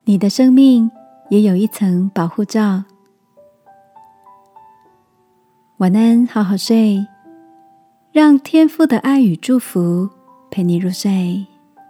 你的生命也有一层保护罩。晚安，好好睡，让天父的爱与祝福陪你入睡。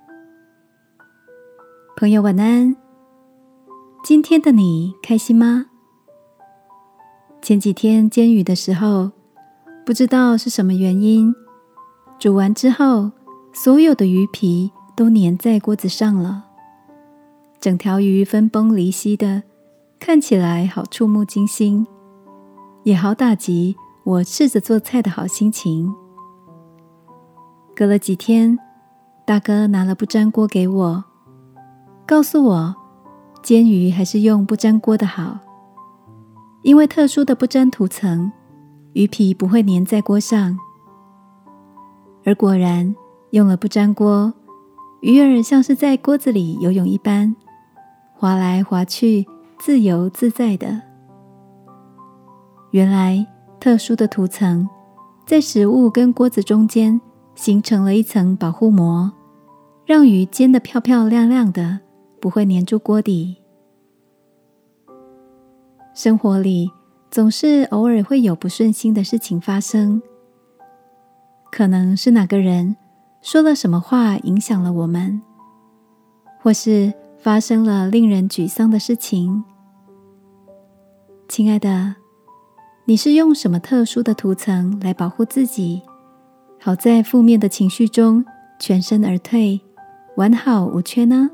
朋友晚安，今天的你开心吗？前几天煎鱼的时候，不知道是什么原因，煮完之后，所有的鱼皮都粘在锅子上了，整条鱼分崩离析的，看起来好触目惊心，也好打击我试着做菜的好心情。隔了几天，大哥拿了不粘锅给我，告诉我煎鱼还是用不粘锅的好，因为特殊的不粘涂层，鱼皮不会粘在锅上。而果然用了不粘锅，鱼儿像是在锅子里游泳一般，滑来滑去，自由自在的。原来特殊的涂层在食物跟锅子中间形成了一层保护膜，让鱼煎得漂漂亮亮的，不会粘住锅底。生活里总是偶尔会有不顺心的事情发生，可能是哪个人说了什么话影响了我们，或是发生了令人沮丧的事情。亲爱的，你是用什么特殊的涂层来保护自己，好在负面的情绪中全身而退，完好无缺呢？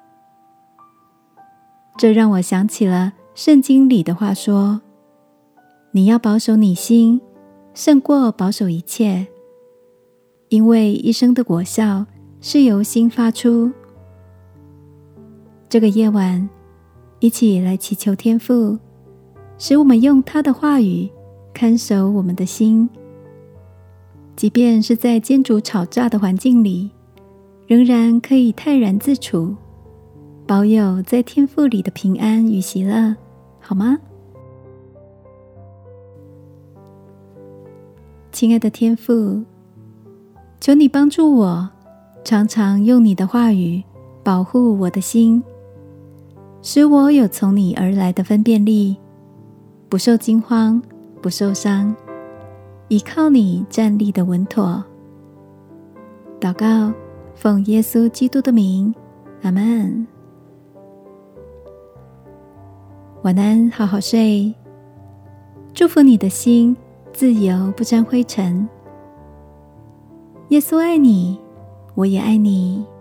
这让我想起了圣经里的话说，你要保守你心，胜过保守一切，因为一生的果效是由心发出。这个夜晚，一起来祈求天父，使我们用他的话语看守我们的心，即便是在煎煮炒炸的环境里，仍然可以泰然自处，保有在天父里的平安与喜乐，好吗？亲爱的天父，求你帮助我，常常用你的话语保护我的心，使我有从你而来的分辨力，不受惊慌，不受伤，依靠你站立的稳妥。祷告，奉耶稣基督的名，阿们。晚安，好好睡。祝福你的心自由不沾灰尘。耶稣爱你，我也爱你。